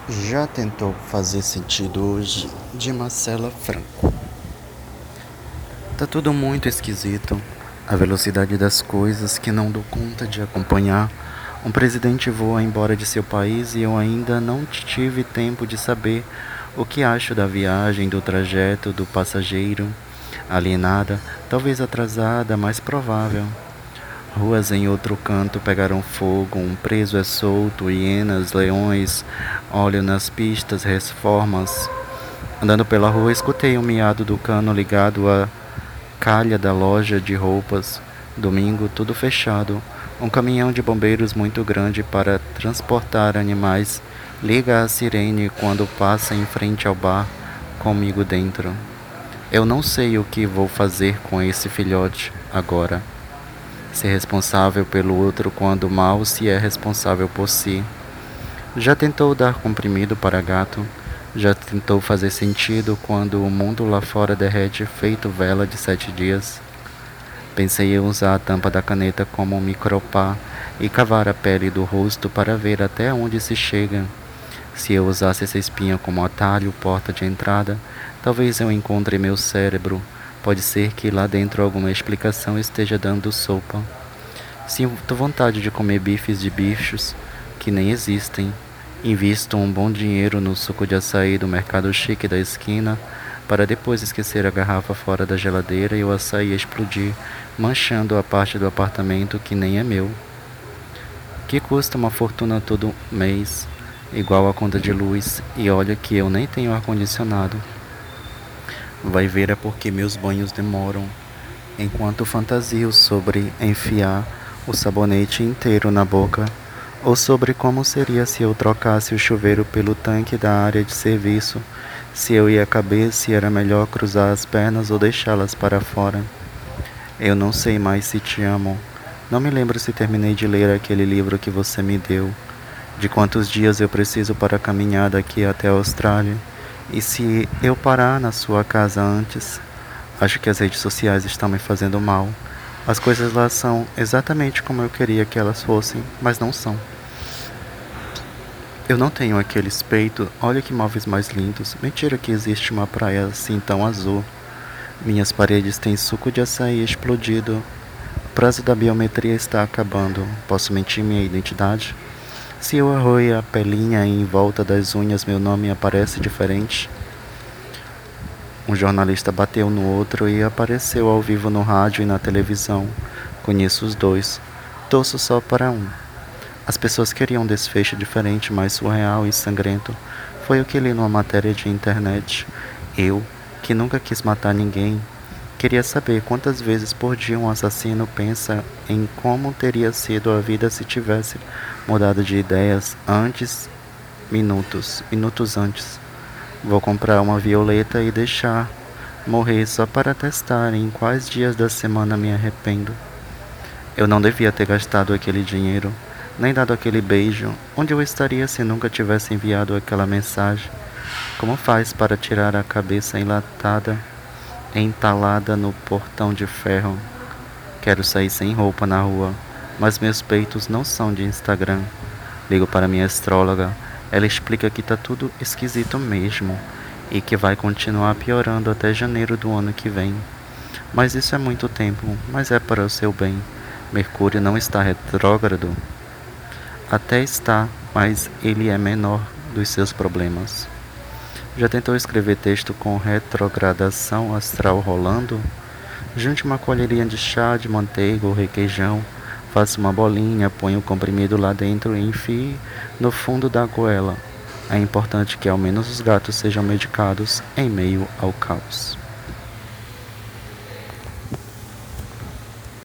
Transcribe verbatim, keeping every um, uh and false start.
Já tentou fazer sentido hoje? De Marcela Franco. Tá tudo muito esquisito. A velocidade das coisas que não dou conta de acompanhar. Um presidente voa embora de seu país e eu ainda não tive tempo de saber o que acho da viagem, do trajeto, do passageiro. Alienada, talvez atrasada, mas provável. Ruas em outro canto pegaram fogo, um preso é solto, hienas, leões, óleo nas pistas, reformas. Andando pela rua, escutei o miado do cano ligado à calha da loja de roupas. Domingo, tudo fechado. Um caminhão de bombeiros muito grande para transportar animais liga a sirene quando passa em frente ao bar, comigo dentro. Eu não sei o que vou fazer com esse filhote agora. Ser responsável pelo outro quando mal se é responsável por si. Já tentou dar comprimido para gato? Já tentou fazer sentido quando o mundo lá fora derrete feito vela de sete dias? Pensei em usar a tampa da caneta como um micropá e cavar a pele do rosto para ver até onde se chega. Se eu usasse essa espinha como atalho, porta de entrada, talvez eu encontre meu cérebro. Pode ser que lá dentro alguma explicação esteja dando sopa. Sinto vontade de comer bifes de bichos que nem existem. Invisto um bom dinheiro no suco de açaí do mercado chique da esquina para depois esquecer a garrafa fora da geladeira e o açaí explodir, manchando a parte do apartamento que nem é meu. Que custa uma fortuna todo mês, igual a conta de luz, e olha que eu nem tenho ar-condicionado. Vai ver é porque meus banhos demoram, enquanto fantasio sobre enfiar o sabonete inteiro na boca, ou sobre como seria se eu trocasse o chuveiro pelo tanque da área de serviço, se eu ia caber, se era melhor cruzar as pernas ou deixá-las para fora. Eu não sei mais se te amo. Não me lembro se terminei de ler aquele livro que você me deu, de quantos dias eu preciso para caminhar daqui até a Austrália, e se eu parar na sua casa antes. Acho que as redes sociais estão me fazendo mal. As coisas lá são exatamente como eu queria que elas fossem, mas não são. Eu não tenho aqueles peitos, olha que móveis mais lindos. Mentira que existe uma praia assim tão azul. Minhas paredes têm suco de açaí explodido. O prazo da biometria está acabando. Posso mentir minha identidade? Se eu arroio a pelinha em volta das unhas, meu nome aparece diferente. Um jornalista bateu no outro e apareceu ao vivo no rádio e na televisão. Conheço os dois. Torço só para um. As pessoas queriam um desfecho diferente, mais surreal e sangrento. Foi o que li numa matéria de internet. Eu, que nunca quis matar ninguém, queria saber quantas vezes por dia um assassino pensa em como teria sido a vida se tivesse mudado de ideias antes, minutos, minutos antes. Vou comprar uma violeta e deixar morrer só para testar em quais dias da semana me arrependo. Eu não devia ter gastado aquele dinheiro, nem dado aquele beijo. Onde eu estaria se nunca tivesse enviado aquela mensagem? Como faz para tirar a cabeça enlatada, entalada no portão de ferro? Quero sair sem roupa na rua, mas meus peitos não são de Instagram. Ligo para minha astróloga. Ela explica que tá tudo esquisito mesmo e que vai continuar piorando até janeiro do ano que vem. Mas isso é muito tempo, mas é para o seu bem. Mercúrio não está retrógrado? Até está, mas ele é menor dos seus problemas. Já tentou escrever texto com retrogradação astral rolando? Junte uma colherinha de chá de manteiga ou requeijão, faça uma bolinha, ponha o comprimido lá dentro e enfie no fundo da goela. É importante que ao menos os gatos sejam medicados em meio ao caos.